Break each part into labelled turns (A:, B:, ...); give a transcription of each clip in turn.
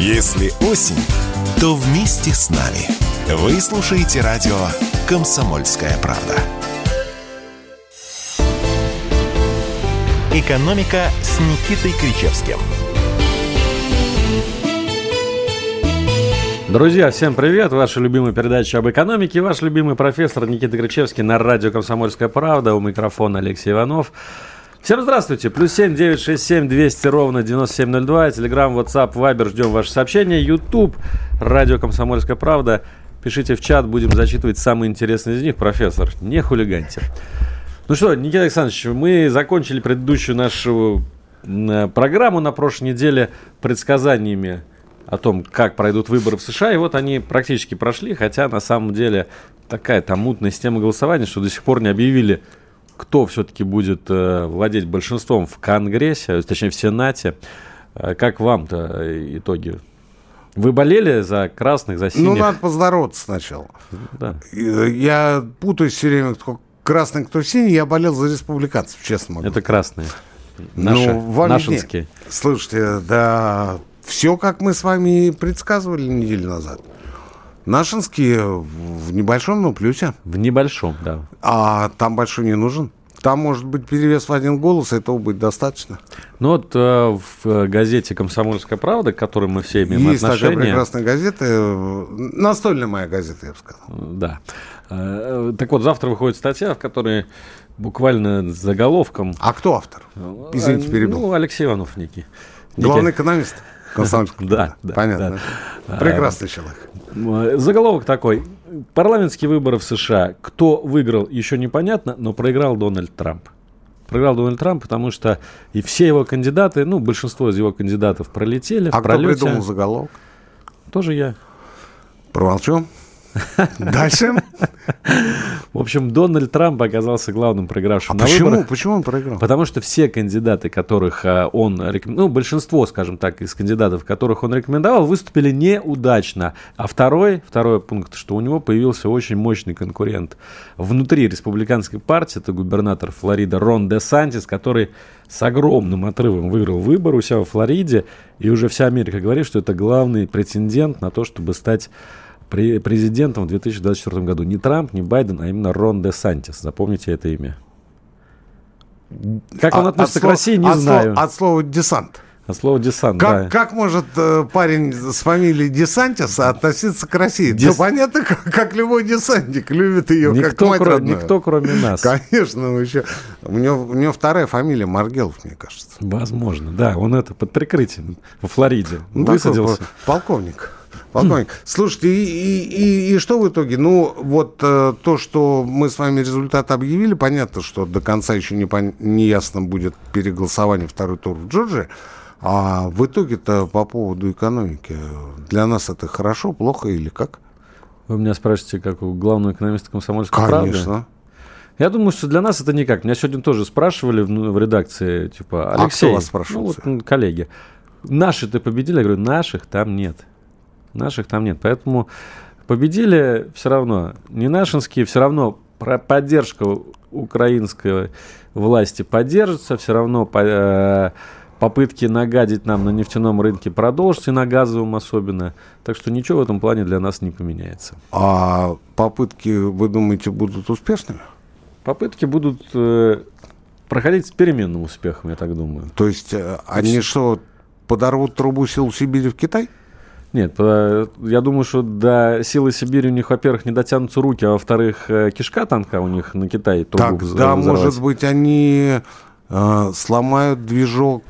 A: Если осень, то вместе с нами. Вы слушаете радио «Комсомольская правда». «Экономика» с Никитой Кричевским.
B: Друзья, всем привет! Ваша любимая передача об экономике. Ваш любимый профессор Никита Кричевский на радио «Комсомольская правда». У микрофона Алексей Иванов. Всем здравствуйте! +7 967 200 ровно 9702. Телеграм, WhatsApp, Viber. Ждем ваши сообщения. YouTube, радио «Комсомольская правда». Пишите в чат, будем зачитывать самые интересные из них. Профессор, не хулиганьте. Ну что, Никита Александрович, мы закончили предыдущую нашу программу на прошлой неделе предсказаниями о том, как пройдут выборы в США. И вот они практически прошли, хотя на самом деле такая там мутная система голосования, что до сих пор не объявили, кто все-таки будет владеть большинством в Конгрессе, точнее в Сенате. Как вам-то итоги? Вы болели за красных, за синих?
C: Ну, надо поздороваться сначала.
B: Да.
C: Я путаюсь все время, кто красный, кто синий. Я болел за республиканцев, честно могу.
B: Это красные. Наши, нашинские.
C: Слушайте, да, все, как мы с вами предсказывали неделю назад. Нашинские в небольшом, но плюсе. В небольшом, да. А там большой не нужен. Там может быть перевес в один голос, и этого будет достаточно.
B: Ну вот в газете «Комсомольская правда», к которой мы все имеем
C: есть
B: отношение...
C: Есть такая прекрасная газета, настольная моя газета, я бы сказал.
B: Да. Так вот, завтра выходит статья, в которой буквально с заголовком...
C: А кто автор? Извините, перебил.
B: Ну, Алексей Иванов некий.
C: Главный экономист?
B: Да,
C: понятно. Да. Прекрасный человек.
B: Заголовок такой. Парламентские выборы в США. Кто выиграл, еще непонятно, но проиграл Дональд Трамп. Проиграл Дональд Трамп, потому что и все его кандидаты, ну, большинство из его кандидатов пролетели.
C: А кто придумал заголовок?
B: Тоже я.
C: Промолчу. Дальше.
B: В общем, Дональд Трамп оказался главным проигравшим на выборах.
C: Почему он проиграл?
B: Потому что все кандидаты, которых он рекомендовал, ну, большинство, скажем так, из кандидатов, которых он рекомендовал, выступили неудачно. А второй пункт, что у него появился очень мощный конкурент внутри республиканской партии, это губернатор Флориды Рон Де Сантис, который с огромным отрывом выиграл выборы у себя во Флориде, и уже вся Америка говорит, что это главный претендент на то, чтобы стать президентом в 2024 году. Не Трамп, не Байден, а именно Рон Де Сантис. Запомните это имя. Как он относится к России, не знаю.
C: От слова «десант».
B: От слова «десант», да.
C: Как может парень с фамилией Десантис относиться к России? Да понятно, как любой десантник любит ее, как мать родную.
B: Никто, кроме нас.
C: Конечно, еще. У него вторая фамилия Маргелов, мне кажется.
B: Возможно, да. Он под прикрытием во Флориде высадился.
C: Полковник. Слушайте, и что в итоге? Ну, вот то, что мы с вами результат объявили, понятно, что до конца еще не ясно будет переголосование, второй тур в Джорджии. А в итоге-то по поводу экономики, для нас это хорошо, плохо или как?
B: Вы меня спрашиваете, как у главного экономиста «Комсомольской правды»?
C: Конечно.
B: Я думаю, что для нас это никак. Меня сегодня тоже спрашивали в редакции, типа, Алексей,
C: кто вас спрашивал?
B: Коллеги, наши-то победили? Я говорю, наших там нет. Поэтому победили все равно не нашинские, все равно поддержка украинской власти поддержится, все равно попытки нагадить нам на нефтяном рынке продолжатся, на газовом особенно. Так что ничего в этом плане для нас не поменяется.
C: А попытки, вы думаете, будут успешными?
B: Попытки будут проходить с переменным успехом, я так думаю.
C: То есть они что, подорвут трубу сил Сибири в Китай?
B: Нет, я думаю, что до силы Сибири у них, во-первых, не дотянутся руки, а во-вторых, кишка танка у них на Китай трубу взорвать.
C: Да, может быть, они сломают движок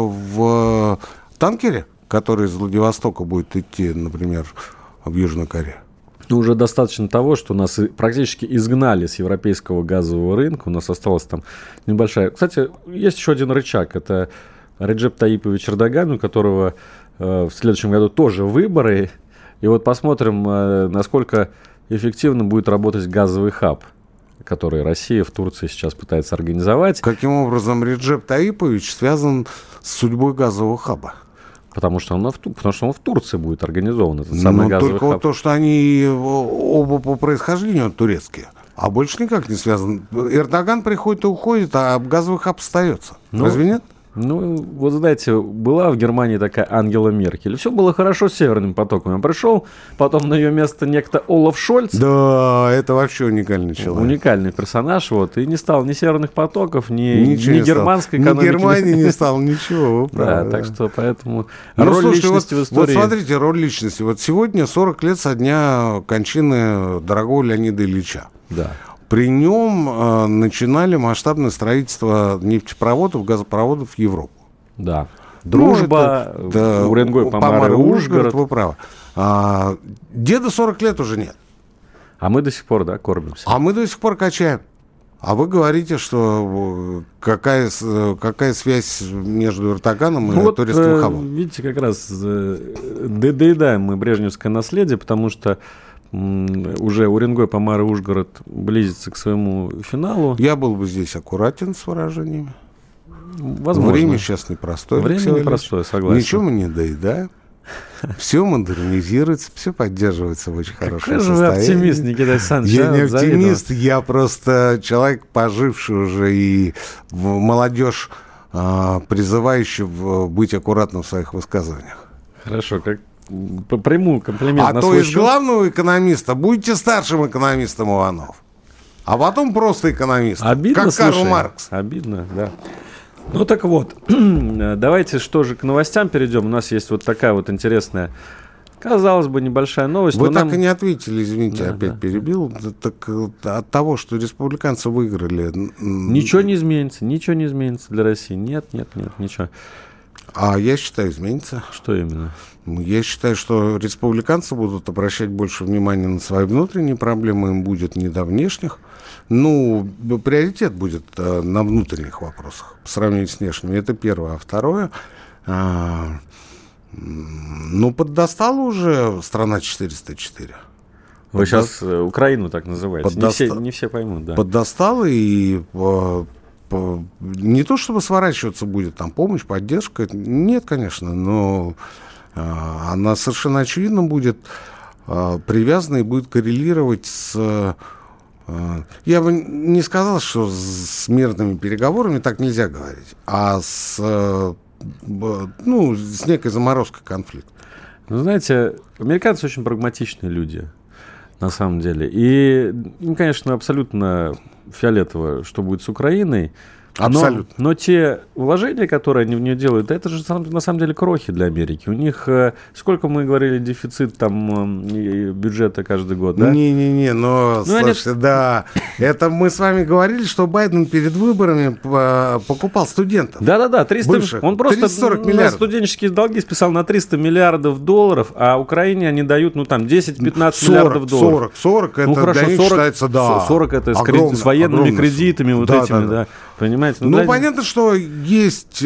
C: в танкере, который из Владивостока будет идти, например, в Южную Корею.
B: Уже достаточно того, что нас практически изгнали с европейского газового рынка. У нас осталась там небольшая... Кстати, есть еще один рычаг. Это Реджеп Таиппович Эрдоган, у которого в следующем году тоже выборы. И вот посмотрим, насколько эффективно будет работать газовый хаб, который Россия в Турции сейчас пытается организовать.
C: Каким образом Реджеп Таиппович связан с судьбой газового хаба?
B: Потому что он в Турции будет организован этот самый газовый
C: только
B: хаб.
C: Вот то, что они оба по происхождению турецкие. А больше никак не связан. Эрдоган приходит и уходит, а газовый хаб остается. Разве нет?
B: Ну, вот знаете, была в Германии такая Ангела Меркель. Все было хорошо с Северным потоком. Пришел потом на ее место некто Олаф Шольц.
C: Да, это вообще уникальный человек.
B: Уникальный персонаж. Вот, и не стал ни Северных потоков, ни германской экономики.
C: Ни Германии не стал, ничего.
B: Да, так что поэтому роль личности в истории...
C: Вот смотрите, роль личности. Вот сегодня 40 лет со дня кончины дорогого Леонида Ильича.
B: Да.
C: При нем начинали масштабное строительство нефтепроводов, газопроводов в Европу.
B: Да. Дружба, Уренгой, Помары, Ужгород.
C: Вы правы. Деда 40 лет уже нет.
B: А мы до сих пор, да, кормимся.
C: А мы до сих пор качаем. А вы говорите, что какая связь между Эрдоганом и турецким хамом?
B: Видите, как раз доедаем мы брежневское наследие, потому что уже Уренгой, Помары, Ужгород близится к своему финалу.
C: Я был бы здесь аккуратен с выражениями.
B: Возможно.
C: Время сейчас непростое.
B: Время непростое, согласен.
C: Ничего мы не доедаем. Все модернизируется, все поддерживается в очень хорошем состоянии.
B: Какой же вы оптимист, Никита Александрович.
C: Я не оптимист, я просто человек, поживший уже, и молодежь, призывающий быть аккуратным в своих высказываниях.
B: Хорошо, как приму комплимент на
C: то
B: свой
C: из
B: счет.
C: главного экономиста будете старшим экономистом, Иванов. А потом просто экономистом.
B: Обидно,
C: как
B: слушай,
C: Карл Маркс.
B: Обидно, да. Ну так вот, давайте что же к новостям перейдем. У нас есть вот такая вот интересная, казалось бы, небольшая новость.
C: Вы так и не ответили, извините,
B: Да,
C: опять
B: да.
C: перебил. Так от того, что республиканцы выиграли...
B: Ничего не изменится для России. Нет, ничего.
C: А я считаю, изменится.
B: Что именно?
C: Я считаю, что республиканцы будут обращать больше внимания на свои внутренние проблемы, им будет не до внешних. Ну, приоритет будет на внутренних вопросах по сравнению с внешними. Это первое. А второе, поддостала уже страна 404.
B: Вы сейчас Украину так называете. Не все поймут, да.
C: Поддостала и... не то чтобы сворачиваться будет там помощь, поддержка, нет, конечно, но она совершенно очевидно будет привязана и будет коррелировать с... Я бы не сказал, что с мирными переговорами так нельзя говорить, а с некой заморозкой конфликта.
B: Ну, знаете, американцы очень прагматичные люди, на самом деле. И им, конечно, абсолютно фиолетово, что будет с Украиной.
C: Абсолютно.
B: Но те вложения, которые они в нее делают, это же на самом деле крохи для Америки. У них, сколько мы говорили, дефицит там бюджета каждый год, да?
C: Не-не-не, слушайте, да. Это мы с вами говорили, что Байден перед выборами покупал студентов.
B: Да-да-да, 300,
C: бывших,
B: он просто
C: 340 миллиардов.
B: Студенческие долги списал на $300 миллиардов, а Украине они дают, 10-15 миллиардов долларов.
C: 40 это
B: хорошо,
C: для них
B: 40,
C: считается, да.
B: 40 это
C: огромно,
B: с военными
C: огромно.
B: кредитами, вот
C: да,
B: этими,
C: да.
B: Понимаете?
C: Понятно, что есть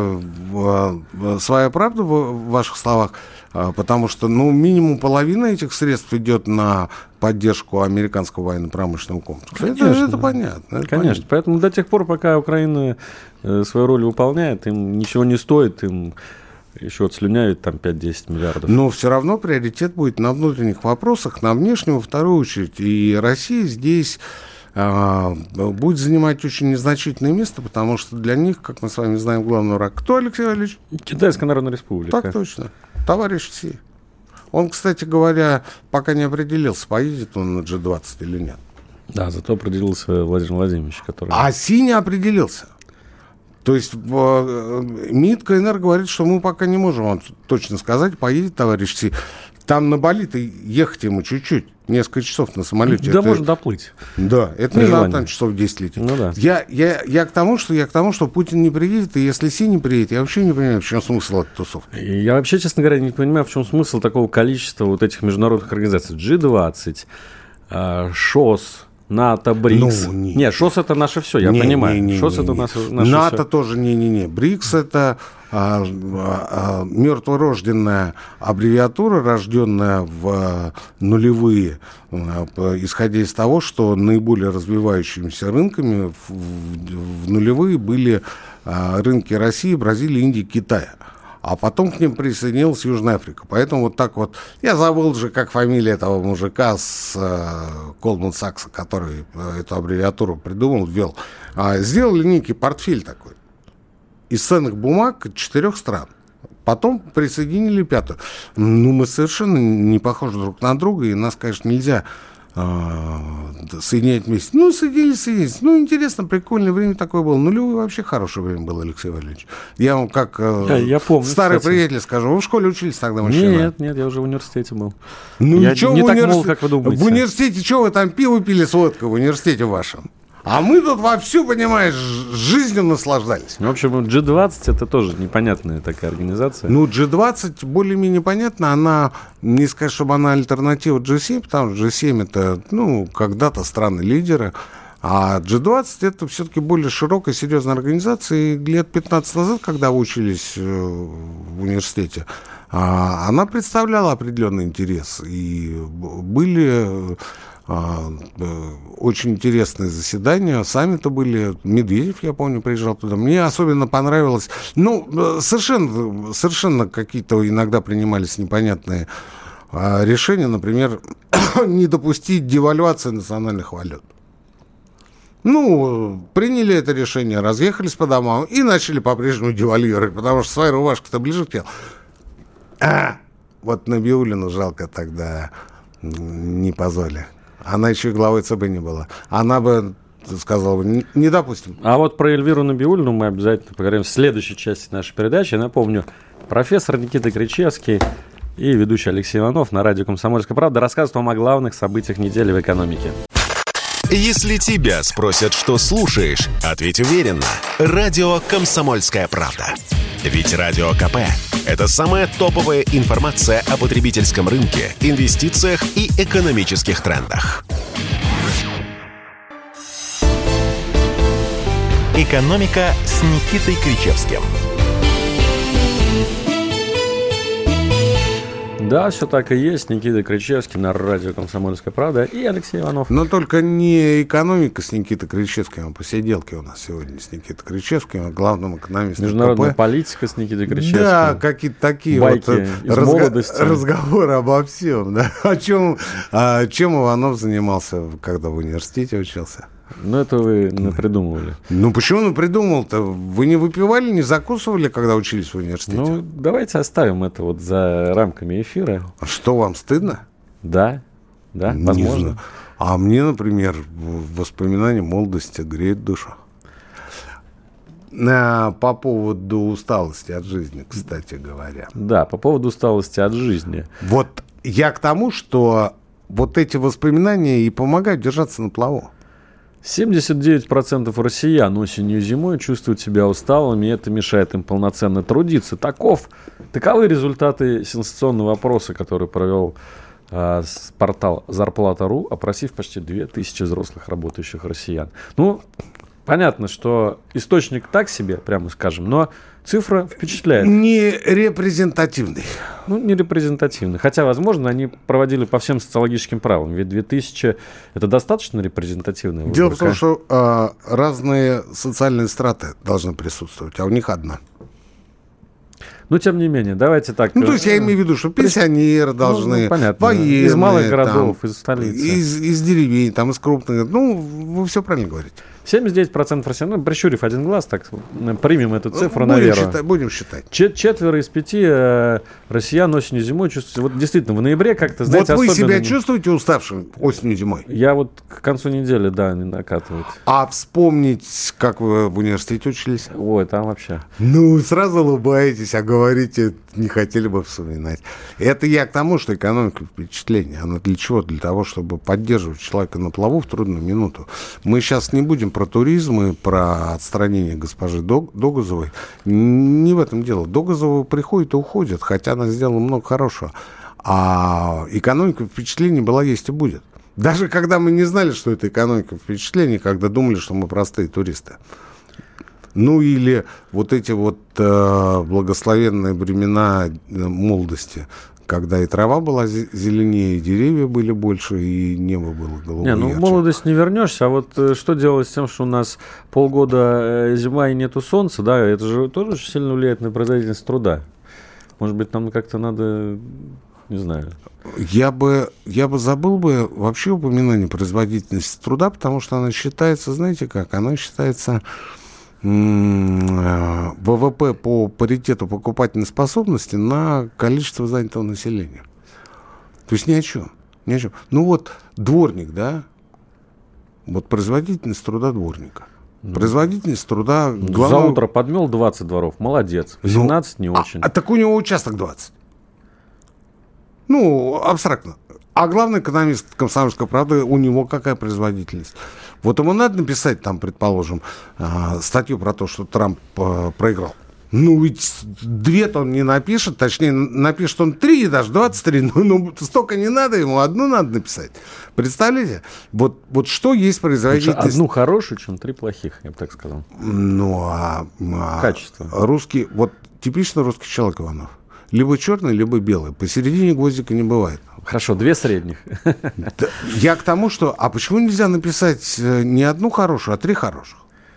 C: своя правда в ваших словах, потому что, минимум половина этих средств идет на поддержку американского военно-промышленного комплекса. Это понятно.
B: Конечно. Поэтому до тех пор, пока Украина свою роль выполняет, им ничего не стоит, им еще отслюняют там 5-10 миллиардов.
C: Но все равно приоритет будет на внутренних вопросах, на внешнем во вторую очередь. И Россия здесь... будет занимать очень незначительное место, потому что для них, как мы с вами знаем, главный враг кто, Алексей Валерьевич?
B: Китайская Народная Республика.
C: Так точно. Товарищ Си. Он, кстати говоря, пока не определился, поедет он на G20 или нет.
B: Да, зато определился Владимир Владимирович, который...
C: А Си не определился. То есть МИД КНР говорит, что мы пока не можем вам точно сказать, поедет товарищ Си. Там на Бали-то ехать ему чуть-чуть, несколько часов на самолете.
B: Да, можно доплыть.
C: Да, это не надо там часов 10 лететь.
B: Ну, да.
C: Я к тому, что Путин не приедет, и если Си не приедет, я вообще не понимаю, в чем смысл этой тусовки.
B: Я вообще, честно говоря, не понимаю, в чем смысл такого количества вот этих международных организаций. G20, ШОС, НАТО, БРИКС. Нет, ШОС это наше все, я понимаю. ШОС это наше
C: НАТО
B: все.
C: тоже не. БРИКС это мертворожденная аббревиатура, рожденная в нулевые, исходя из того, что наиболее развивающимися рынками в нулевые были рынки России, Бразилии, Индии, Китая. А потом к ним присоединилась Южная Африка. Поэтому вот так вот... Я забыл же, как фамилия этого мужика с Goldman Sachs, который эту аббревиатуру придумал, ввел. Сделали некий портфель такой. из ценных бумаг 4 стран. Потом присоединили 5-ю. Ну, мы совершенно не похожи друг на друга, и нас, конечно, нельзя соединять вместе. Ну, соединились. Ну, интересно, прикольное время такое было. Нулевое вообще хорошее время было, Алексей Валерьевич. Я вам как
B: я помню,
C: старый
B: кстати.
C: приятель скажу. Вы в школе учились тогда, мужчина?
B: Нет, я уже в университете был.
C: Ну,
B: я
C: ничего,
B: не так мол, как вы думаете.
C: В университете что вы там пиво пили с водкой в университете вашем? А мы тут вовсю, понимаешь, жизнью наслаждались.
B: В общем, G20 это тоже непонятная такая организация.
C: Ну, G20 более-менее понятно. Она, не сказать, чтобы она альтернатива G7, потому что G7 это, ну, когда-то страны-лидеры. А G20 это все-таки более широкая, серьезная организация. И лет 15 назад, когда вы учились в университете, она представляла определенный интерес. И были очень интересные заседания, саммиты были. Медведев, я помню, приезжал туда. Мне особенно понравилось. Ну, совершенно какие-то иногда принимались непонятные решения. Например, не допустить девальвации национальных валют. Ну, приняли это решение, разъехались по домам и начали по-прежнему девальвировать, потому что своя рубашка-то ближе к телу. Вот Набиуллину жалко тогда не позвали. Она еще и главой ЦБ не была. Она бы сказала, не допустим.
B: А вот про Эльвиру Набиуллину мы обязательно поговорим в следующей части нашей передачи. Я напомню, профессор Никита Кричевский и ведущий Алексей Иванов на радио «Комсомольская правда» рассказывают вам о главных событиях недели в экономике.
A: Если тебя спросят, что слушаешь, ответь уверенно. Радио «Комсомольская правда». Ведь Радио КП – это самая топовая информация о потребительском рынке, инвестициях и экономических трендах. «Экономика» с Никитой Кричевским.
B: Да, все так и есть. Никита Кричевский на радио «Комсомольская правда» и Алексей Иванов.
C: Но только не экономика с Никитой Кричевским, а посиделки у нас сегодня с Никитой Кричевским, главным экономистом
B: Международная
C: КП.
B: Политика с Никитой Кричевским.
C: Да, какие-то такие
B: байки
C: вот
B: из молодости.
C: разговоры обо всем. Да. Чем Иванов занимался, когда в университете учился?
B: Ну, это вы напридумывали.
C: Ну, почему напридумал-то? Вы не выпивали, не закусывали, когда учились в университете?
B: Ну, давайте оставим это вот за рамками эфира.
C: А что, вам стыдно?
B: Да,
C: Не
B: возможно.
C: знаю. А мне, например, воспоминания молодости греют душу. По поводу усталости от жизни, кстати говоря.
B: Да, по поводу усталости от жизни.
C: Вот я к тому, что вот эти воспоминания и помогают держаться на плаву.
B: 79% россиян осенью и зимой чувствуют себя усталыми, и это мешает им полноценно трудиться. Таковы результаты сенсационного опроса, который провел портал «Зарплата.ру», опросив почти 2000 взрослых работающих россиян. Ну, понятно, что источник так себе, прямо скажем, но цифра впечатляет.
C: Не репрезентативный.
B: Ну, не репрезентативный. Хотя, возможно, они проводили по всем социологическим правилам. Ведь 2000 – это достаточно репрезентативная выборка.
C: Дело в том, что разные социальные страты должны присутствовать, а у них одна.
B: Но, тем не менее, давайте так.
C: Ну, то есть я имею в виду, что пенсионеры должны,
B: понятно.
C: военные.
B: Из малых городов,
C: там,
B: из столицы.
C: Из деревень, там, из крупных. Ну, вы все правильно говорите.
B: 79% россиян, ну, прищурив один глаз, так примем эту цифру на веру.
C: Будем считать.
B: Четверо из 5 россиян осенью и зимой чувствуют. Вот действительно, в ноябре как-то, знаете,
C: вот вы
B: особенно...
C: себя чувствуете уставшим осенью и зимой?
B: Я вот к концу недели, да, не накатывает.
C: А вспомнить, как вы в университете учились?
B: Ой, там вообще.
C: Ну, сразу улыбаетесь, а говорите, не хотели бы вспоминать. Это я к тому, что экономика впечатления. Она для чего? Для того, чтобы поддерживать человека на плаву в трудную минуту. Мы сейчас не будем про туризм и про отстранение госпожи Догозовой. Не в этом дело. Догозова приходит и уходит, хотя она сделала много хорошего. А экономика впечатлений была, есть и будет. Даже когда мы не знали, что это экономика впечатлений, когда думали, что мы простые туристы. Ну или вот эти вот благословенные времена молодости, когда и трава была зеленее, и деревья были больше, и небо было голубое.
B: Не, ну в молодость не вернешься, а вот что делать с тем, что у нас полгода зима и нету солнца, да, это же тоже очень сильно влияет на производительность труда. Может быть, нам как-то надо, не знаю.
C: Я бы забыл бы вообще упоминание производительности труда, потому что она считается, знаете как, она считается ВВП по паритету покупательной способности на количество занятого населения. То есть ни о чем. Ни о чем. Ну вот дворник, да? Вот производительность труда дворника. Производительность труда...
B: За утро подмел 20 дворов, молодец. 18 не очень.
C: Так у него участок 20. Ну, абстрактно. А главный экономист «Комсомольской правды», у него какая производительность? Вот ему надо написать, там, предположим, статью про то, что Трамп проиграл. Ну, ведь 2-то он не напишет, точнее, напишет он 3, даже 23, ну, столько не надо ему, одну надо написать. Представляете? Вот что есть производительность...
B: Лучше одну хорошую, чем 3 плохих, я бы так сказал.
C: Ну,
B: качество.
C: Русский, вот типично русский человек, Иванов. Либо черный, либо белый. Посередине гвоздика не бывает.
B: Хорошо, 2 средних.
C: Я к тому, что... А почему нельзя написать не одну хорошую, а 3 хороших?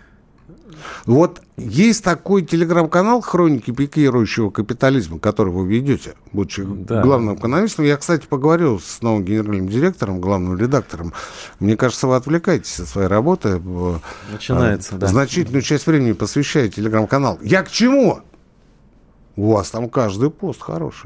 C: Вот есть такой телеграм-канал «Хроники пикирующего капитализма», который вы ведете, будучи главным экономистом. Я, кстати, поговорил с новым генеральным директором, главным редактором. Мне кажется, вы отвлекаетесь от своей работы.
B: Начинается, да.
C: Значительную часть времени посвящаете телеграм-каналу. Я к чему? У вас там каждый пост хороший.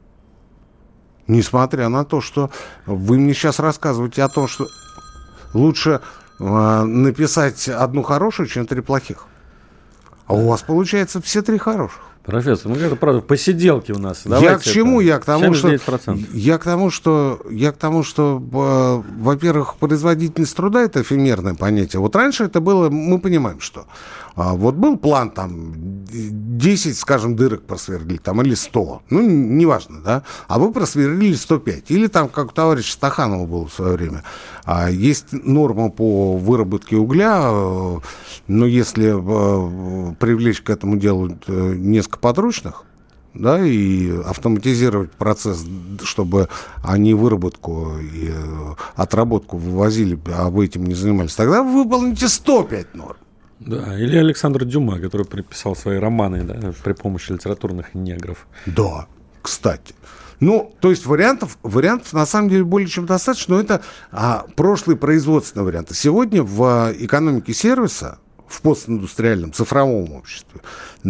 C: Несмотря на то, что вы мне сейчас рассказываете о том, что лучше написать одну хорошую, чем 3 плохих. А у вас получается все 3 хороших.
B: Профессор, ну это правда посиделки у нас.
C: Я к чему? Я к тому,
B: 79%.
C: что, во-первых, производительность труда – это эфемерное понятие. Вот раньше это было, мы понимаем, что вот был план, там, 10, скажем, дырок просверлили, там, или 100, ну, неважно, да, а вы просверлили 105. Или там, как у товарища Стаханова было в свое время, есть норма по выработке угля, но если привлечь к этому делу несколько подручных, да, и автоматизировать процесс, чтобы они выработку и отработку вывозили, а вы этим не занимались, тогда вы выполните 105 норм.
B: Да, или Александр Дюма, который приписал свои романы, да, при помощи литературных негров.
C: Да, кстати. Ну, то есть вариантов на самом деле более чем достаточно, но это прошлые производственные варианты. Сегодня в экономике сервиса, в постиндустриальном цифровом обществе,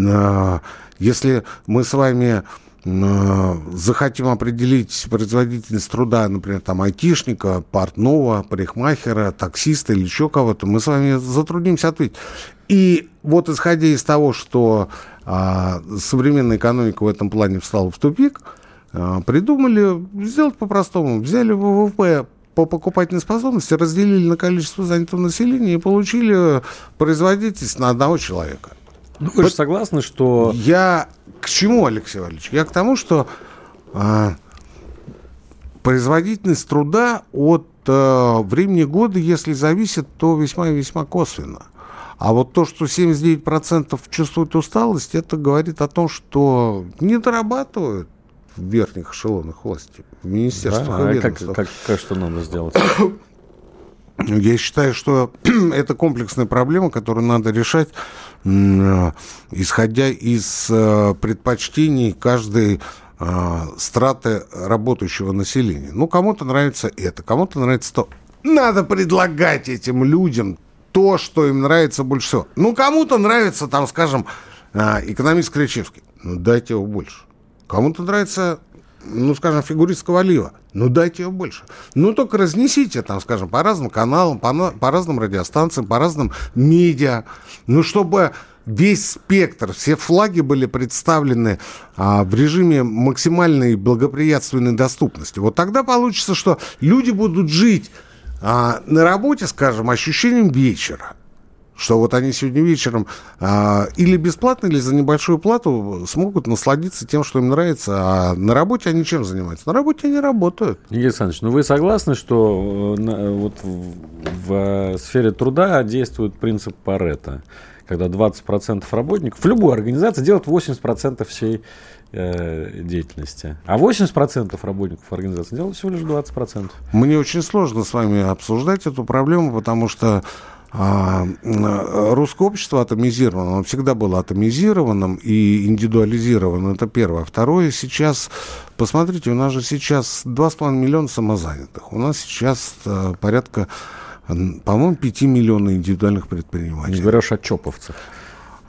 C: если мы с вами захотим определить производительность труда, например, там, айтишника, портного, парикмахера, таксиста или еще кого-то, мы с вами затруднимся ответить. И вот исходя из того, что современная экономика в этом плане встала в тупик, придумали сделать по-простому. Взяли ВВП по покупательной способности, разделили на количество занятого населения и получили производительность на одного человека.
B: Ну, вы же согласны, что...
C: Я к чему, Алексей Валерьевич? Я к тому, что производительность труда от времени года, если зависит, то весьма и весьма косвенно. А вот то, что 79% чувствуют усталость, это говорит о том, что не дорабатывают в верхних эшелонах власти, в министерствах и ведомствах.
B: Как что надо сделать?
C: Я считаю, что это комплексная проблема, которую надо решать, исходя из предпочтений каждой страты работающего населения. Ну, кому-то нравится это, кому-то нравится то. Надо предлагать этим людям то, что им нравится больше всего. Ну, кому-то нравится, там, скажем, экономист Кричевский. Ну, дайте его больше. Кому-то нравится, ну, скажем, фигурист Ковалева. Ну, дайте его больше. Ну, только разнесите, там, скажем, по разным каналам, по разным радиостанциям, по разным медиа. Ну, чтобы весь спектр, все флаги были представлены в режиме максимальной благоприятственной доступности. Вот тогда получится, что люди будут жить на работе, скажем, ощущением вечера. Что вот они сегодня вечером или бесплатно, или за небольшую плату смогут насладиться тем, что им нравится, а на работе они чем занимаются? На работе они работают.
B: Игорь Александрович, ну вы согласны, что вот в сфере труда действует принцип Парето, когда 20% работников в любой организации делают 80% всей деятельности, а 80% работников организации делают всего лишь 20%.
C: Мне очень сложно с вами обсуждать эту проблему, потому что русское общество атомизировано, оно всегда было атомизированным и индивидуализированным, это первое. Второе, сейчас, посмотрите, у нас же сейчас 2,5 миллиона самозанятых, у нас сейчас порядка, по-моему, 5 миллионов индивидуальных предпринимателей.
B: Не говоришь о чоповцах.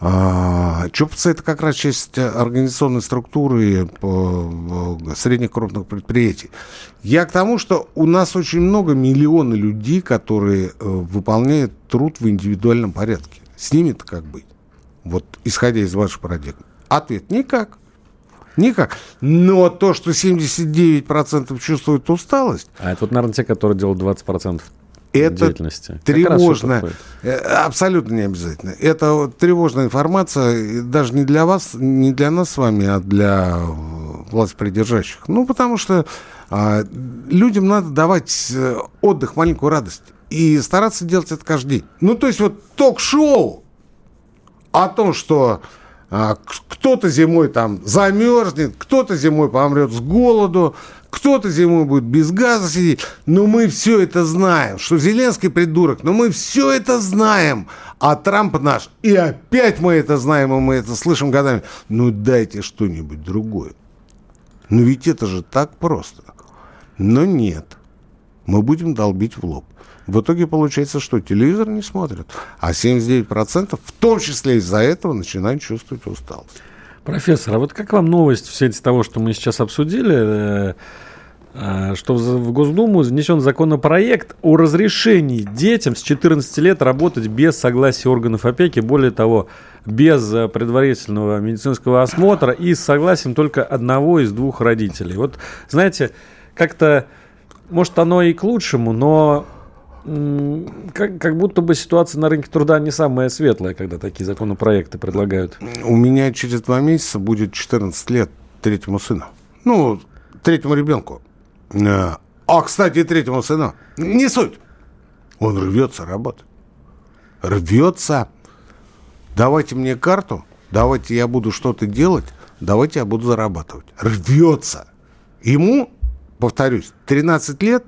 C: ЧОПЦ – это как раз часть организационной структуры средних крупных предприятий. Я к тому, что у нас очень много миллионов людей, которые выполняют труд в индивидуальном порядке. С ними-то как быть? Вот исходя из вашей парадигмы. Ответ – никак. Никак. Но то, что 79% чувствуют усталость...
B: А это вот, наверное, те, которые делают 20%.
C: Это тревожно. Абсолютно не обязательно. Это тревожная информация даже не для вас, не для нас с вами, а для властепридержащих. Ну, потому что людям надо давать отдых, маленькую радость. И стараться делать это каждый день. Ну, то есть вот ток-шоу о том, что кто-то зимой там замерзнет, кто-то зимой помрет с голоду, кто-то зимой будет без газа сидеть. Но мы все это знаем. Что Зеленский придурок, но мы все это знаем. А Трамп наш. И опять мы это знаем, и мы это слышим годами. Ну, дайте что-нибудь другое. Ну, ведь это же так просто. Но нет. Мы будем долбить в лоб. В итоге получается, что телевизор не смотрят. А 79%, в том числе из-за этого, начинают чувствовать усталость.
B: Профессор, а вот как вам новость в свете того, что мы сейчас обсудили, что в Госдуму внесен законопроект о разрешении детям с 14 лет работать без согласия органов опеки, более того, без предварительного медицинского осмотра и с согласием только одного из двух родителей. Вот, знаете, как-то, может, оно и к лучшему, но как будто бы ситуация на рынке труда не самая светлая, когда такие законопроекты предлагают.
C: У меня через 2 месяца будет 14 лет третьему сыну. Ну, третьему ребенку. Кстати, третьему сыну. Не суть. Он рвется работать. Рвется. Давайте мне карту, давайте я буду что-то делать, давайте я буду зарабатывать. Рвется. Ему, повторюсь, 13 лет.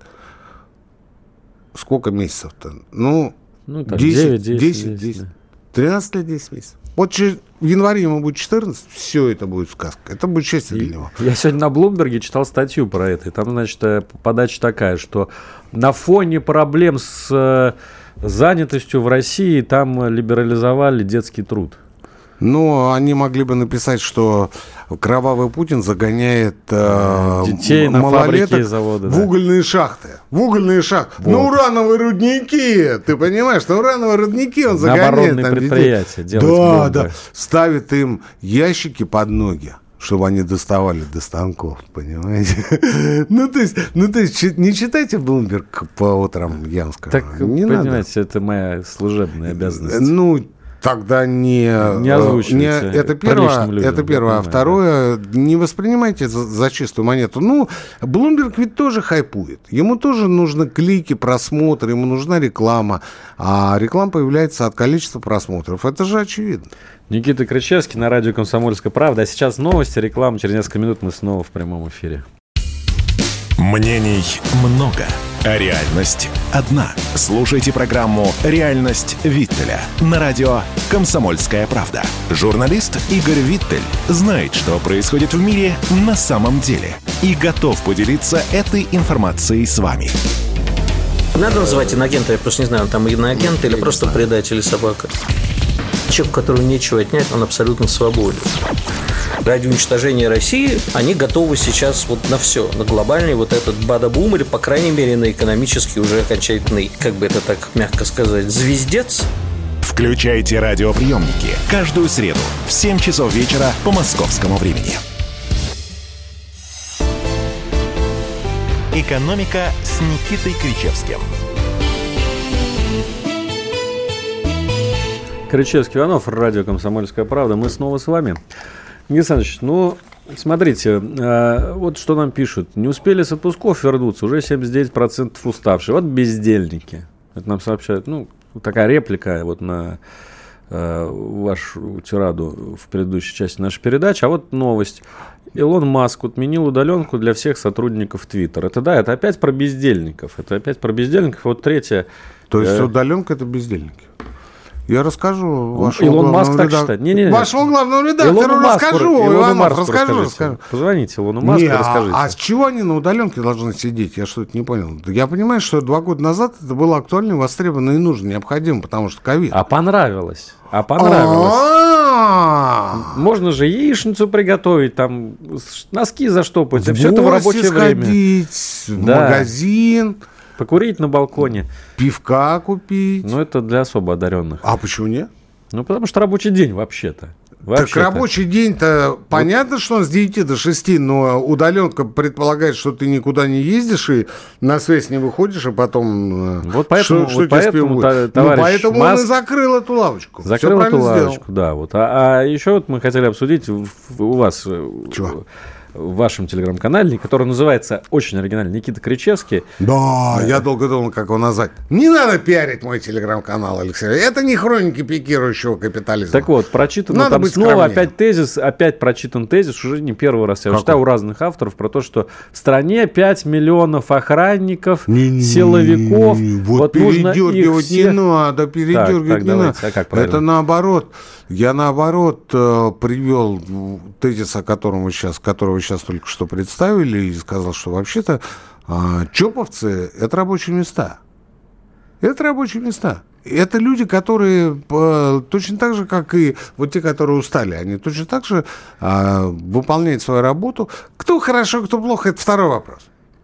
C: Сколько месяцев-то? Ну так, 10. Да. 13 лет, 10 месяцев. Вот в январе ему будет 14, все это будет сказка. Это будет счастье для него.
B: Я сегодня на Блумберге читал статью про это. И там, значит, подача такая, что на фоне проблем с занятостью в России там либерализовали детский труд.
C: Ну, они могли бы написать, что кровавый Путин загоняет
B: детей на фабрики и заводы,
C: в угольные шахты. В угольные шахты. Вот. На урановые рудники. Ты понимаешь, на урановые рудники он загоняет. На оборонные
B: там предприятия. Да.
C: Ставит им ящики под ноги, чтобы они доставали до станков, понимаете? Ну, то есть, не читайте Bloomberg по утрам, я вам скажу.
B: Так, не понимаете, надо. Это моя служебная обязанность.
C: Ну, тогда не озвучивайте. Это первое. А второе, не воспринимайте это за чистую монету. Ну, Bloomberg ведь тоже хайпует. Ему тоже нужны клики, просмотры, ему нужна реклама. А реклама появляется от количества просмотров. Это же очевидно.
B: Никита Кричевский на радио «Комсомольская правда». А сейчас новости, реклама. Через несколько минут мы снова в прямом эфире.
A: Мнений много, а реальность одна. Слушайте программу «Реальность Виттеля» на радио «Комсомольская правда». Журналист Игорь Виттель знает, что происходит в мире на самом деле и готов поделиться этой информацией с вами.
D: Надо называть иноагента, я просто не знаю, он там иноагент или просто предатель или собака. Человек, у которого нечего отнять, он абсолютно свободен. Ради уничтожения России они готовы сейчас вот на все, на глобальный вот этот бада-бум, или, по крайней мере, на экономический уже окончательный, как бы это так мягко сказать, звездец.
A: Включайте радиоприемники каждую среду в 7 часов вечера по московскому времени. «Экономика» с Никитой Кричевским.
B: Кричевский, Иванов, радио «Комсомольская правда». Мы снова с вами. Никита Александрович, ну, смотрите, вот что нам пишут. Не успели с отпусков вернуться, уже 79% уставшие. Вот бездельники. Это нам сообщают. Ну, такая реплика вот на вашу тираду в предыдущей части нашей передачи. А вот новость. Илон Маск отменил удаленку для всех сотрудников Твиттера. Это опять про бездельников. Вот третье.
C: То есть удаленка – это бездельники? Я расскажу вашему
B: Илон Маск
C: главному редактору.
B: Вашему
C: главному редактору расскажу.
B: Позвоните Илону Маску, расскажите.
C: А с чего они на удаленке должны сидеть? Я что-то не понял. Я понимаю, что 2 года назад это было актуально, востребовано и нужно, необходимо, потому что ковид.
B: А понравилось. Можно же яичницу приготовить, там носки заштопать, и все это в рабочее время.
C: В магазин.
B: Покурить на балконе.
C: Пивка купить.
B: Ну, это для особо одаренных.
C: А почему нет?
B: Ну, потому что рабочий день вообще-то.
C: Так рабочий день-то, понятно, что он с 9 до 6, но удаленка предполагает, что ты никуда не ездишь и на связь не выходишь, а потом...
B: Вот поэтому, поэтому
C: поэтому он и закрыл эту лавочку.
B: Закрыл эту лавочку, да. Вот. А еще вот мы хотели обсудить у вас...
C: Чего?
B: В вашем телеграм-канале, который называется очень оригинально «Никита Кричевский».
C: Да, я долго думал, как его назвать. Не надо пиарить мой телеграм-канал, Алексей. Это не хроники пикирующего капитализма.
B: Так вот, прочитано там снова опять прочитан тезис, уже не первый раз я читаю у разных авторов, про то, что в стране 5 миллионов охранников, силовиков.
C: Вот передергивать не надо, передергивать не надо. Это наоборот. Я, наоборот, привел тезис, которого вы сейчас только что представили, и сказал, что вообще-то чоповцы – это рабочие места. Это рабочие места. Это люди, которые точно так же, как и вот те, которые устали, они точно так же выполняют свою работу. Кто хорошо, кто плохо – это второй вопрос.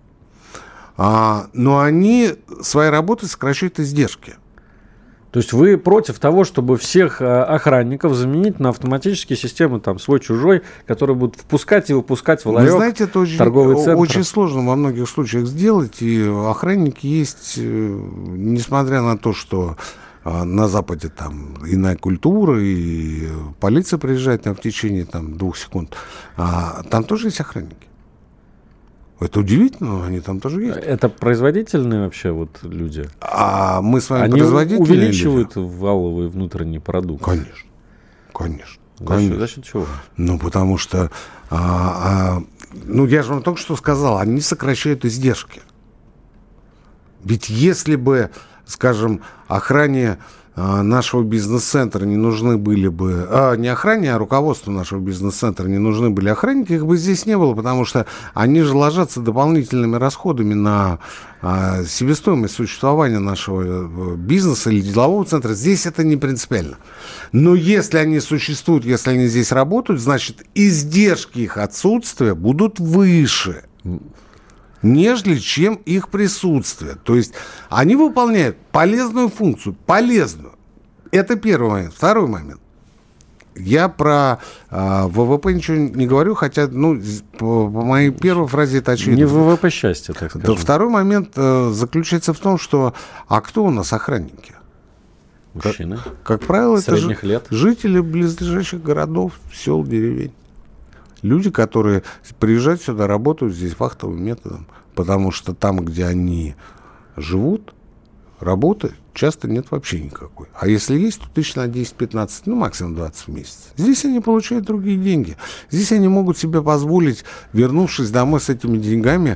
C: Но они своей работой сокращают издержки.
B: То есть вы против того, чтобы всех охранников заменить на автоматические системы там свой-чужой, которые будут впускать и выпускать в ларек,
C: знаете, это
B: торговый центр?
C: Очень сложно во многих случаях сделать, и охранники есть, несмотря на то, что на Западе там иная культура, и полиция приезжает там в течение 2 секунд, там тоже есть охранники. Это удивительно, но они там тоже есть.
B: Это производительные вообще вот люди?
C: А мы с вами
B: они
C: производительные
B: увеличивают
C: люди?
B: валовый внутренний продукт?
C: Конечно.
B: За счет чего?
C: Ну, потому что, я же вам только что сказал, они сокращают издержки. Ведь если бы, скажем, охране нашего бизнес-центра не нужны были бы... не охране, а руководству нашего бизнес-центра не нужны были охранники, их бы здесь не было, потому что они же ложатся дополнительными расходами на себестоимость существования нашего бизнеса или делового центра. Здесь это не принципиально. Но если они существуют, если они здесь работают, значит, издержки их отсутствия будут выше, нежели чем их присутствие. То есть они выполняют полезную функцию, полезную. Это первый момент. Второй момент. Я про ВВП ничего не говорю, хотя, по моей первой фразе это очевидно.
B: Не ВВП счастья, так скажем.
C: Второй момент заключается в том, что кто у нас охранники?
B: Мужчины.
C: Как правило,
B: средних лет.
C: Жители близлежащих городов, сел, деревень. Люди, которые приезжают сюда, работают здесь вахтовым методом, потому что там, где они живут, работы часто нет вообще никакой. А если есть, то тысяч на 10-15, максимум 20 в месяц. Здесь они получают другие деньги. Здесь они могут себе позволить, вернувшись домой с этими деньгами,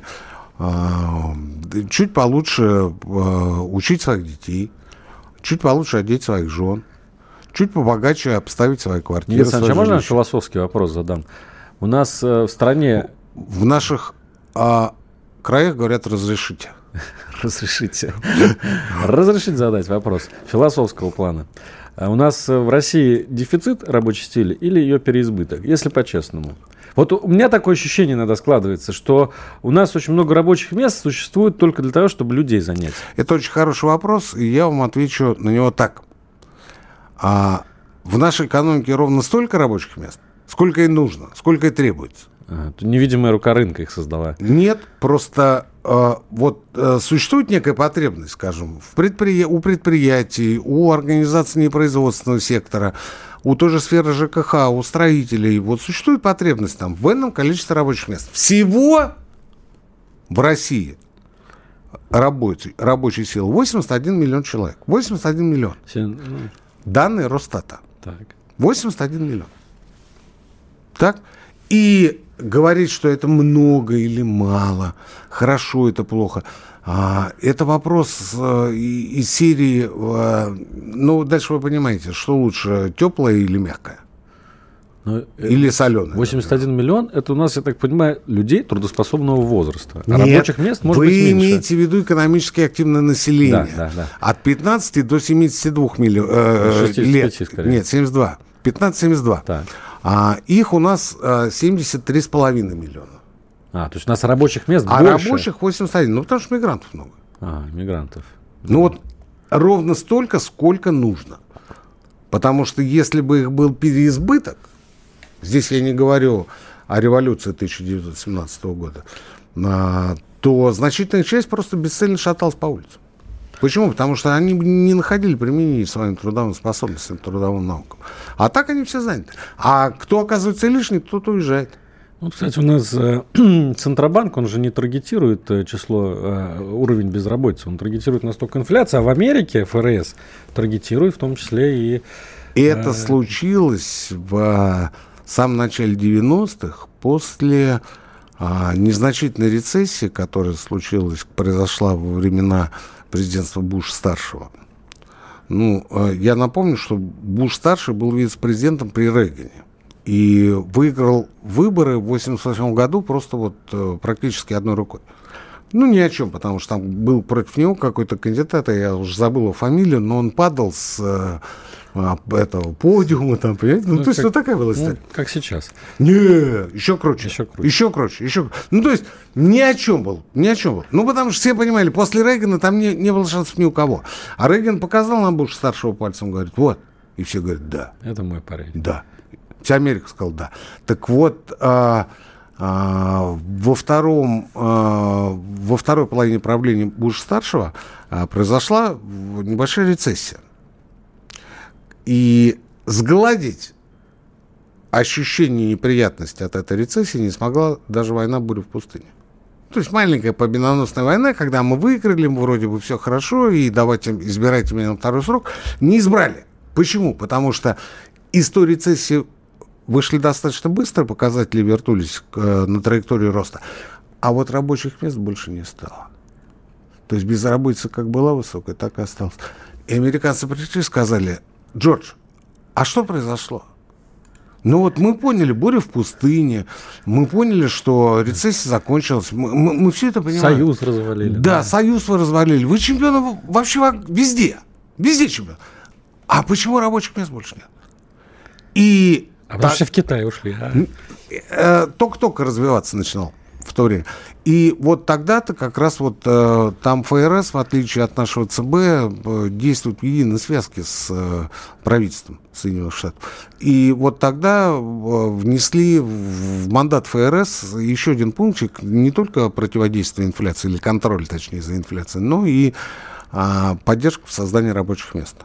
C: чуть получше учить своих детей, чуть получше одеть своих жен, чуть побогаче обставить свои квартиры.
B: Никита Александрович, можно философский вопрос задам? У нас в стране...
C: В наших краях говорят «разрешите».
B: Разрешите задать вопрос философского плана. У нас в России дефицит рабочей силы или ее переизбыток, если по-честному? Вот у меня такое ощущение иногда складывается, что у нас очень много рабочих мест существует только для того, чтобы людей занять.
C: Это очень хороший вопрос, и я вам отвечу на него так. В нашей экономике ровно столько рабочих мест, сколько и нужно, сколько и требуется.
B: Невидимая рука рынка их создала.
C: Нет, просто существует некая потребность, скажем, у предприятий, у организаций непроизводственного сектора, у той же сферы ЖКХ, у строителей. Вот существует потребность там в энном количестве рабочих мест. Всего в России рабочей силы 81 миллион человек. 81 миллион. Данные Росстата.
B: Так.
C: 81 миллион. Так? И говорить, что это много или мало, хорошо это плохо, это вопрос из серии, дальше вы понимаете, что лучше, теплое или мягкое? Или соленое?
B: 81 миллион, это у нас, я так понимаю, людей трудоспособного возраста. А рабочих мест может быть меньше.
C: Вы имеете в виду экономически активное население.
B: Да.
C: От 15 до 72 миллионов лет.
B: Скорее.
C: Нет, 72. 15,72.
B: Так.
C: Их у нас 73,5 миллиона.
B: То есть у нас рабочих мест
C: А
B: больше.
C: рабочих 81. Потому что мигрантов много.
B: Мигрантов.
C: Ну вот ровно столько, сколько нужно. Потому что если бы их был переизбыток, здесь я не говорю о революции 1917 года, то значительная часть просто бесцельно шаталась по улицам. Почему? Потому что они не находили применения своим трудовым способностям, трудовым наукам. А так они все заняты. А кто оказывается лишний, тот уезжает.
B: Кстати, у нас Центробанк, он же не таргетирует уровень безработицы, он таргетирует настолько инфляцию, а в Америке ФРС таргетирует в том числе и...
C: Это случилось в самом начале 90-х, после незначительной рецессии, которая произошла во времена президентства Буша-старшего. Я напомню, что Буш-старший был вице-президентом при Рейгане. И выиграл выборы в 1988 году просто практически одной рукой. Ни о чем, потому что там был против него какой-то кандидат, я уже забыл его фамилию, но он падал с этого подиума, там, понимаете? То есть, такая была история.
B: Как сейчас.
C: Не, еще круче. Еще круче. То есть, ни о чем был. Потому что все понимали, после Рейгана там не было шансов ни у кого. А Рейган показал на Буша-старшего пальцем, говорит, вот. И все говорят, да.
B: Это мой парень.
C: Да. Вся Америка сказала «да». Так вот, во второй половине правления Буша-старшего произошла небольшая рецессия. И сгладить ощущение неприятности от этой рецессии не смогла даже война «Буря в пустыне». То есть маленькая победоносная война, когда мы выиграли, вроде бы все хорошо, и давайте избирайте меня на второй срок, не избрали. Почему? Потому что из той рецессии вышли достаточно быстро, показатели вернулись на траекторию роста. А вот рабочих мест больше не стало. То есть безработица как была высокая, так и осталась. И американцы пришли и сказали: Джордж, а что произошло? Мы поняли, буря в пустыне, мы поняли, что рецессия закончилась, мы все это понимаем.
B: Союз развалили.
C: Да, Союз вы развалили. Вы чемпионы вообще везде. Везде чемпион. А почему рабочих мест больше нет?
B: Потому что в Китай ушли.
C: Только-только развиваться начинал в то время. И вот тогда-то как раз там ФРС, в отличие от нашего ЦБ, действует в единой связке с правительством Соединенных Штатов. И вот тогда внесли в мандат ФРС еще один пунктик, не только противодействие инфляции, или контроль, точнее, за инфляцией, но и поддержка в создании рабочих мест.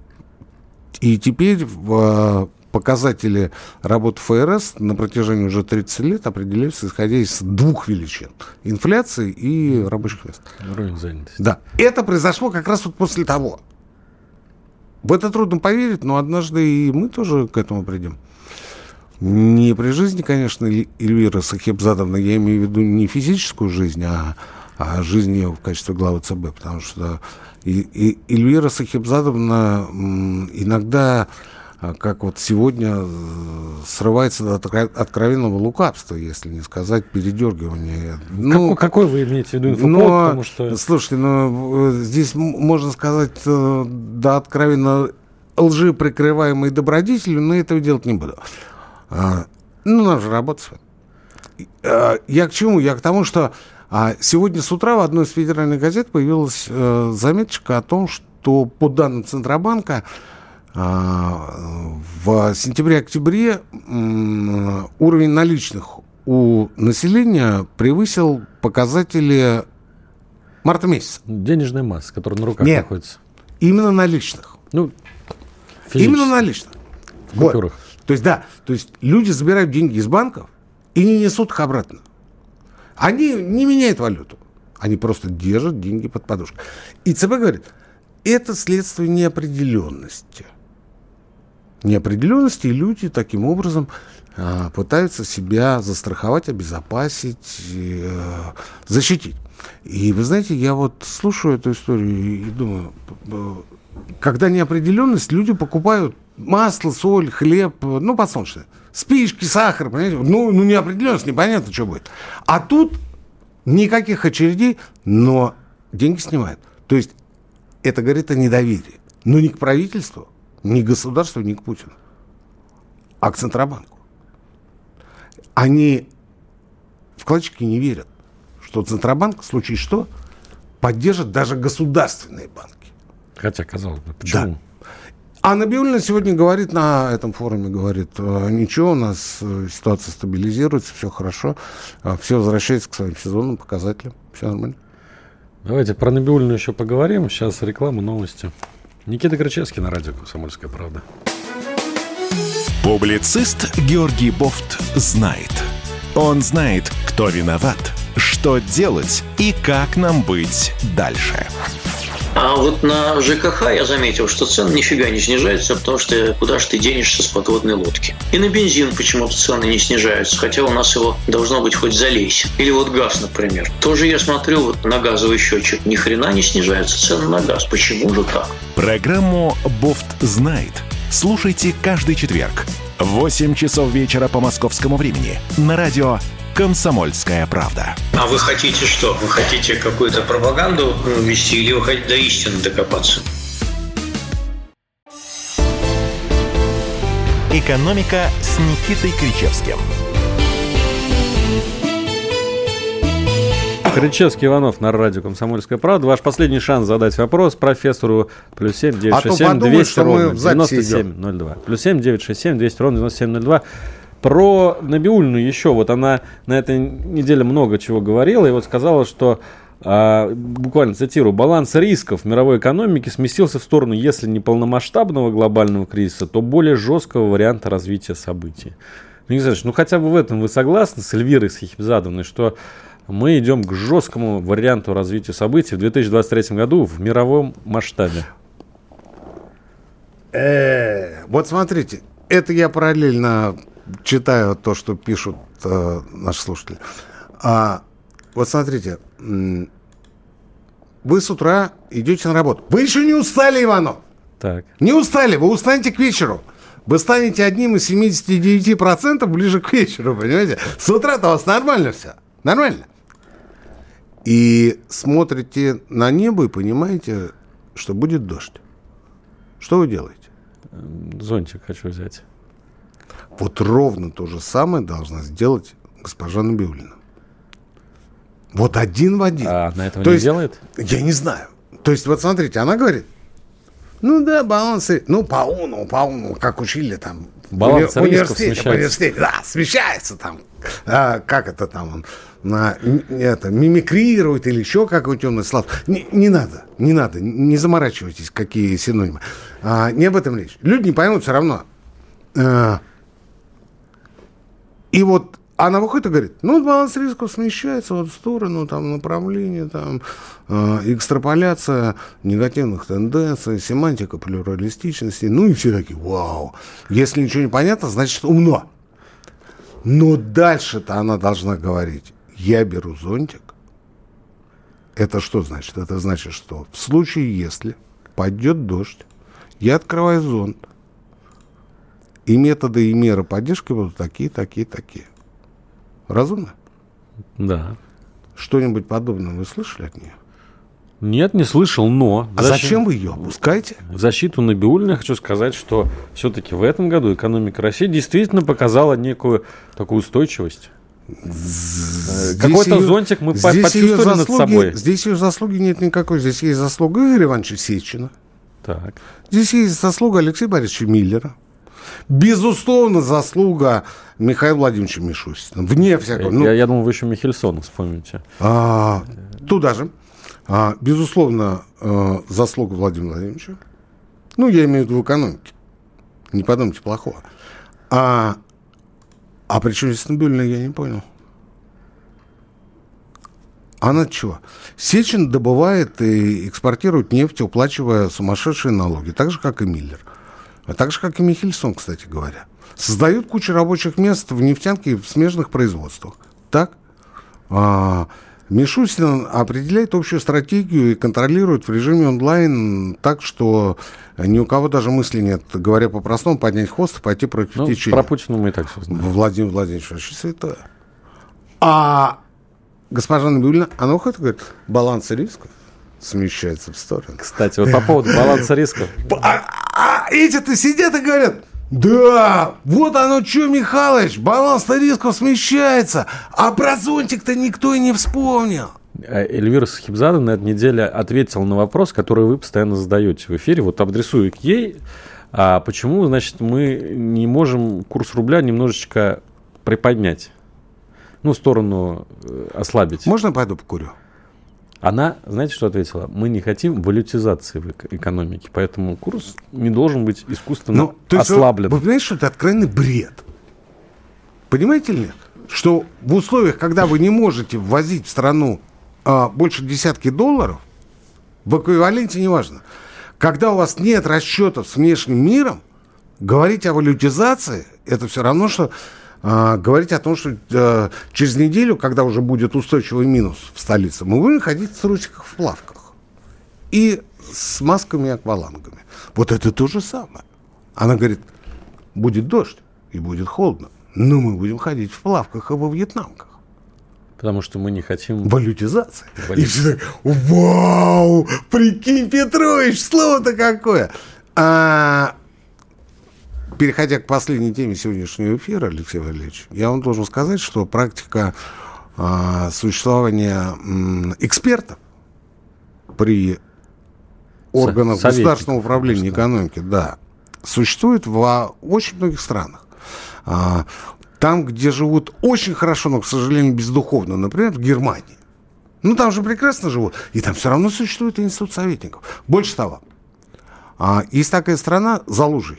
C: И теперь показатели работы ФРС на протяжении уже 30 лет определяются, исходя из двух величин: инфляции и рабочих мест.
B: Уровень занятости.
C: Да. Это произошло как раз после того. В это трудно поверить, но однажды и мы тоже к этому придем. Не при жизни, конечно, Эльвиры Сахибзадовны, я имею в виду не физическую жизнь, а жизнь ее в качестве главы ЦБ, потому что Эльвира Сахибзадовна иногда, как сегодня, срывается до откровенного лукавства, если не сказать передергивания.
B: Какой вы имеете в виду инфоповод? Потому что...
C: Слушайте, здесь можно сказать до откровенно лжи, прикрываемой добродетелью, но этого делать не буду. Нам же работать. Я к чему? Я к тому, что сегодня с утра в одной из федеральных газет появилась заметочка о том, что по данным Центробанка в сентябре-октябре уровень наличных у населения превысил показатели марта месяца.
B: Денежная масса, которая на руках находится.
C: Именно наличных. Именно наличных.
B: В купюрах.
C: То есть люди забирают деньги из банков и не несут их обратно. Они не меняют валюту. Они просто держат деньги под подушкой. И ЦБ говорит, это следствие неопределенности. Неопределенности, и люди таким образом пытаются себя застраховать, обезопасить, защитить. И вы знаете, я слушаю эту историю и думаю, когда неопределенность, люди покупают масло, соль, хлеб, подсолнечное, спички, сахар, понимаете? Неопределенность, непонятно, что будет. А тут никаких очередей, но деньги снимают. То есть это говорит о недоверии. Но не к правительству, ни к государству, ни к Путину. а к Центробанку. Они, вкладчики, не верят, что Центробанк, в случае что, поддержит даже государственные банки.
B: Хотя, казалось бы, почему?
C: Да. А Набиуллина сегодня говорит на этом форуме, говорит, ничего, у нас ситуация стабилизируется, все хорошо, все возвращается к своим сезонным показателям, все нормально.
B: Давайте про Набиуллину еще поговорим. Сейчас реклама, новости. Никита Кричевский на радио «Комсомольская правда».
A: Публицист Георгий Бофт знает. Он знает, кто виноват, что делать и как нам быть дальше.
D: А вот на ЖКХ я заметил, что цены нифига не снижаются, потому что куда же ты денешься с подводной лодки. И на бензин почему-то цены не снижаются, хотя у нас его должно быть хоть залейся. Или вот газ, например. Тоже я смотрю вот на газовый счетчик, ни хрена не снижаются цены на газ. Почему же так?
A: Программу «Бофт знает» слушайте каждый четверг в 8 часов вечера по московскому времени на радио «Комсомольская правда».
D: А вы хотите что? Вы хотите какую-то пропаганду вести или вы хотите до истины докопаться?
A: «Экономика» с Никитой Кричевским.
B: Кричевский, Иванов на радио «Комсомольская правда». Ваш последний шанс задать вопрос профессору. +7 967 200 ровно 9702. +7 967 200 ровно 9702. Про Набиуллину еще. Вот она на этой неделе много чего говорила. И вот сказала, что, буквально цитирую, баланс рисков в мировой экономике сместился в сторону, если не полномасштабного глобального кризиса, то более жесткого варианта развития событий. Ну, не знаю, ну хотя бы в этом вы согласны с Эльвирой Схихибзадовной, что мы идем к жесткому варианту развития событий в 2023 году в мировом масштабе?
C: Вот смотрите, это я параллельно читаю то, что пишут наши слушатели. Вот смотрите, вы с утра идете на работу. Вы еще не устали, Иванов?
B: Так.
C: Не устали, вы устанете к вечеру. Вы станете одним из 79% ближе к вечеру, понимаете? С утра-то у вас нормально все. Нормально. И смотрите на небо и понимаете, что будет дождь. Что вы делаете?
B: Зонтик хочу взять.
C: Вот ровно то же самое должна сделать госпожа Набиуллина. Вот один в один.
B: А она этого
C: то
B: не
C: есть,
B: делает?
C: Я не знаю. То есть, вот смотрите, она говорит, ну да, баланс, ну по УНО, как учили там
B: баланс
C: в университете, да, смещается там. Как это там он мимикрирует или еще какой темный слав. Не надо, не заморачивайтесь, какие синонимы. Не об этом речь. Люди не поймут все равно. И вот она выходит и говорит, ну, баланс рисков смещается вот в сторону, там, направления, там, экстраполяция негативных тенденций, семантика плюралистичности, ну, и все такие, вау. Если ничего не понятно, значит, умно. Но дальше-то она должна говорить, я беру зонтик. Это что значит? Это значит, что в случае, если пойдет дождь, я открываю зонт, и методы и меры поддержки будут такие. Разумно?
B: Да.
C: Что-нибудь подобное вы слышали от нее?
B: Нет, не слышал, но...
C: А зачем вы ее опускаете?
B: В защиту Набиуллиной хочу сказать, что все-таки в этом году экономика России действительно показала некую такую устойчивость. Какой-то зонтик мы почувствовали над собой.
C: Здесь ее заслуги нет никакой. Здесь есть заслуга Игоря Ивановича Сечина.
B: Так.
C: Здесь есть заслуга Алексея Борисовича Миллера. Безусловно, заслуга Михаила Владимировича Мишустина. Вне всякого.
B: Я думал, вы еще Михельсона вспомните.
C: Туда же. Безусловно, заслуга Владимира Владимировича. Ну, я имею в виду в экономике. Не подумайте плохого. А при чем здесь Набиуллина, я не понял. Она чего? Сечин добывает и экспортирует нефть, уплачивая сумасшедшие налоги. Так же, как и Миллер. А так же, как и Михельсон, кстати говоря. Создают кучу рабочих мест в нефтянке и в смежных производствах. Так? Мишустин определяет общую стратегию и контролирует в режиме онлайн так, что ни у кого даже мысли нет, говоря по-простому, поднять хвост и пойти против течения.
B: Про Путина мы и так все знаем.
C: Владимир Владимирович вообще святое. А госпожа Набиуллина, она уходит и говорит, баланс рисков смещается в сторону.
B: Кстати, вот по поводу баланса рисков.
C: Эти-то сидят и говорят, Да, вот оно что, Михалыч, баланс рисков смещается, а про зонтик-то никто и не вспомнил.
B: Эльвира Сахибзада на этой неделе ответила на вопрос, который вы постоянно задаете в эфире. Вот адресую к ей. А почему, значит, мы не можем курс рубля немножечко приподнять? Ну, в сторону ослабить.
C: Можно я пойду покурю?
B: Она, знаете, что ответила? Мы не хотим валютизации в экономике, поэтому курс не должен быть искусственно ослаблен.
C: Вы понимаете, что это откровенный бред? Понимаете ли нет? Что в условиях, когда вы не можете ввозить в страну больше десятки долларов, в эквиваленте неважно, когда у вас нет расчетов с внешним миром, говорить о валютизации, это все равно, что говорить о том, что через неделю, когда уже будет устойчивый минус в столице, мы будем ходить в трусиках в плавках и с масками и аквалангами. Вот это то же самое. Она говорит, будет дождь и будет холодно, но мы будем ходить в плавках и во вьетнамках.
B: Потому что мы не хотим...
C: Валютизации. И все так, вау, прикинь, Петрович, слово-то какое. Переходя к последней теме сегодняшнего эфира, Алексей Валерьевич, я вам должен сказать, что практика существования экспертов при органах государственного управления экономики, да, существует в очень многих странах. Там, где живут очень хорошо, но, к сожалению, бездуховно, например, в Германии. Ну, там же прекрасно живут, и там все равно существует институт советников. Больше того, есть такая страна, Залужий,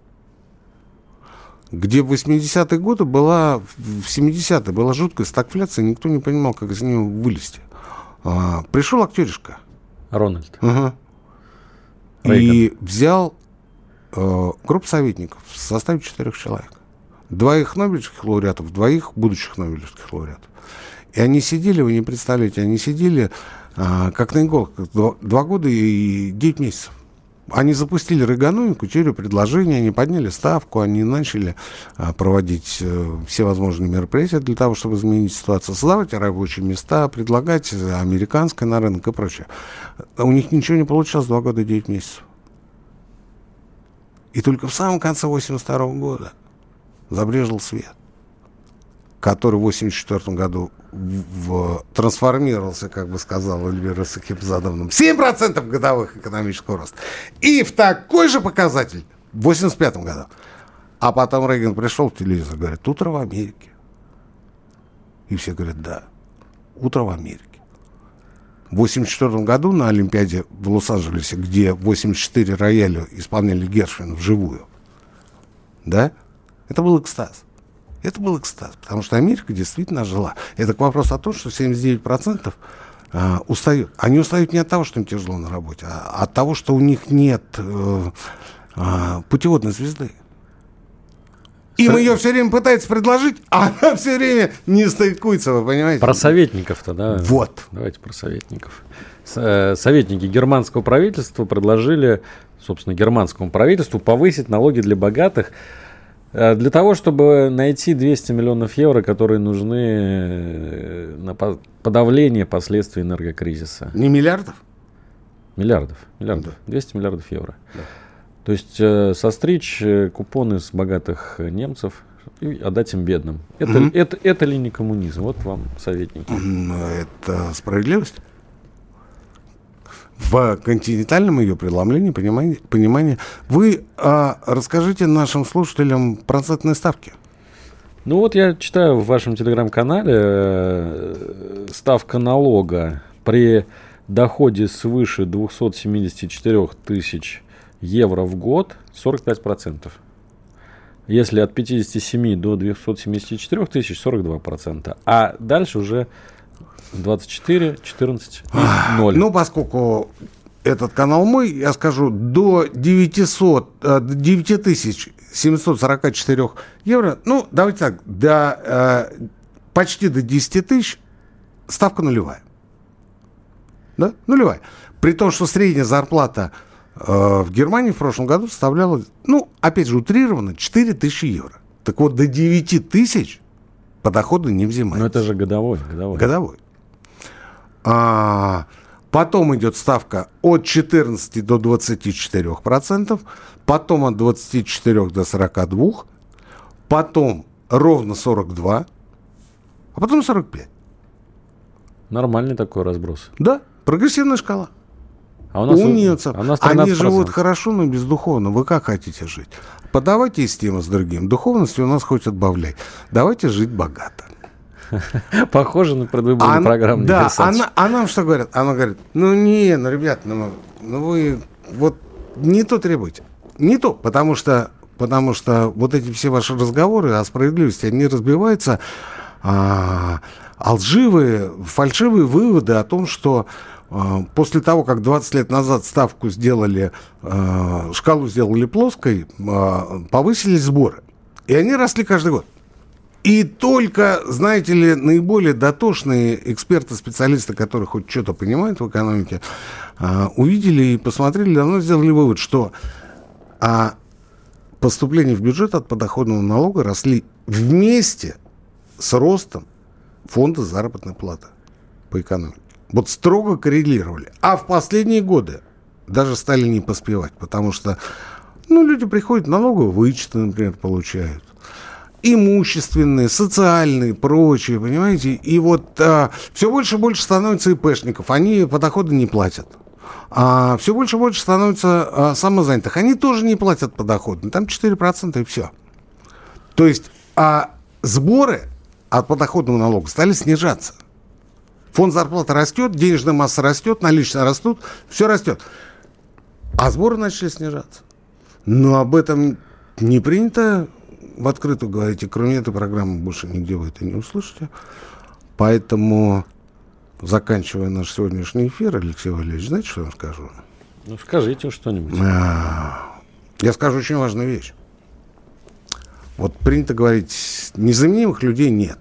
C: где в 80-е годы была, в 70-е была жуткая стагфляция, никто не понимал, как из нее вылезти. Пришел актеришка.
B: Рональд.
C: Угу. И взял группу советников в составе 4 человек. 2 нобелевских лауреатов, 2 будущих нобелевских лауреатов. И они сидели, вы не представляете, они сидели как на иголках 2 года и 9 месяцев. Они запустили Рейгономику, теорию предложений, они подняли ставку, они начали проводить все возможные мероприятия для того, чтобы изменить ситуацию, создавать рабочие места, предлагать американское на рынок и прочее. У них ничего не получалось 2 года и 9 месяцев. И только в самом конце 1982 года забрежил свет, который в 1984 году трансформировался, как бы сказала Эльвира Сахибзадовна, в 7% годовых экономического роста. И в такой же показатель в 1985 году. А потом Рейган пришел в телевизор, говорит, утро в Америке. И все говорят, да, утро в Америке. В 1984 году на Олимпиаде в Лос-Анджелесе, где 84 рояля исполняли Гершвин вживую, да, это был экстаз. Это был экстаз, потому что Америка действительно жила. Это к вопросу о том, что 79% устают. Они устают не от того, что им тяжело на работе, а от того, что у них нет путеводной звезды. Им ее все время пытаются предложить, а она все время не стыкуется, вы понимаете?
B: Про советников-то, да?
C: Вот.
B: Давайте про советников. Советники германского правительства предложили, собственно, германскому правительству повысить налоги для богатых для того, чтобы найти 200 миллионов евро, которые нужны на подавление последствий энергокризиса.
C: Не миллиардов?
B: Миллиардов.
C: Да.
B: 200 миллиардов евро.
C: Да.
B: То есть состричь купоны с богатых немцев и отдать им бедным. Это ли не коммунизм? Вот вам советники.
C: Это справедливость? В континентальном ее преломлении, понимание. Вы расскажите нашим слушателям процентные ставки.
B: Ну вот я читаю в вашем телеграм-канале ставка налога при доходе свыше 274 тысяч евро в год 45%. Если от 57 до 274 тысяч 42%. А дальше уже 24, 14, 0.
C: Ну, поскольку этот канал мой, я скажу, до 9744 евро, ну, давайте так, почти до 10 тысяч ставка нулевая. Да? Нулевая. При том, что средняя зарплата в Германии в прошлом году составляла, ну, опять же, утрированно, 4 тысячи евро. Так вот, до 9 тысяч подоходы не взимаются.
B: Но это же годовой.
C: Годовой. Потом идет ставка от 14 до 24%, потом от 24 до 42%, потом ровно 42%, а потом 45%.
B: Нормальный такой разброс.
C: Да, прогрессивная шкала.
B: А у нас
C: Умница.
B: А у нас
C: Они
B: 13%.
C: живут хорошо, но бездуховно. Вы как хотите жить? Подавайте из темы с другим. Духовности у нас хоть отбавляй. Давайте жить богато.
B: Похоже на предвыборную программу.
C: Да, а нам что говорят? Она говорит, ребят, вы вот не то требуйте. Не то, потому что вот эти все ваши разговоры о справедливости, они разбиваются лживые, фальшивые выводы о том, что после того, как 20 лет назад ставку сделали, шкалу сделали плоской, повысились сборы. И они росли каждый год. И только, знаете ли, наиболее дотошные эксперты, специалисты, которые хоть что-то понимают в экономике, увидели и посмотрели, давно сделали вывод, что поступления в бюджет от подоходного налога росли вместе с ростом фонда заработной платы по экономике. Вот строго коррелировали. А в последние годы даже стали не поспевать, потому что люди приходят, налоговые вычеты, например, получают. Имущественные, социальные, прочие, понимаете? И вот все больше и больше становится ИПшников, они подоходы не платят. А все больше и больше становится самозанятых, они тоже не платят подоходы, там 4% и все. То есть сборы от подоходного налога стали снижаться. Фонд зарплаты растет, денежная масса растет, наличные растут, все растет. А сборы начали снижаться. Но об этом не принято в открытую говорить, и кроме этой программы больше нигде вы это не услышите. Поэтому, заканчивая наш сегодняшний эфир, Алексей Валерьевич, знаете, что я вам скажу?
B: Скажите что-нибудь.
C: Я скажу очень важную вещь. Вот принято говорить, незаменимых людей нет.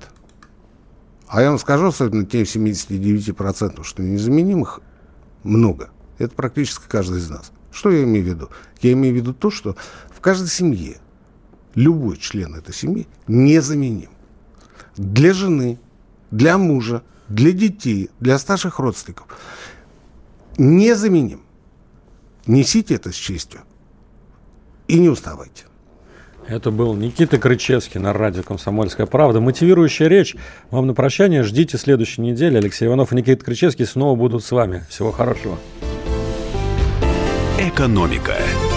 C: А я вам скажу, особенно тем 79%, что незаменимых много. Это практически каждый из нас. Что я имею в виду? Я имею в виду то, что в каждой семье любой член этой семьи незаменим. Для жены, для мужа, для детей, для старших родственников. Незаменим. Несите это с честью. И не уставайте.
B: Это был Никита Крычевский на радио «Комсомольская правда». Мотивирующая речь. Вам на прощание. Ждите следующей недели. Алексей Иванов и Никита Крычевский снова будут с вами. Всего хорошего.
A: Экономика.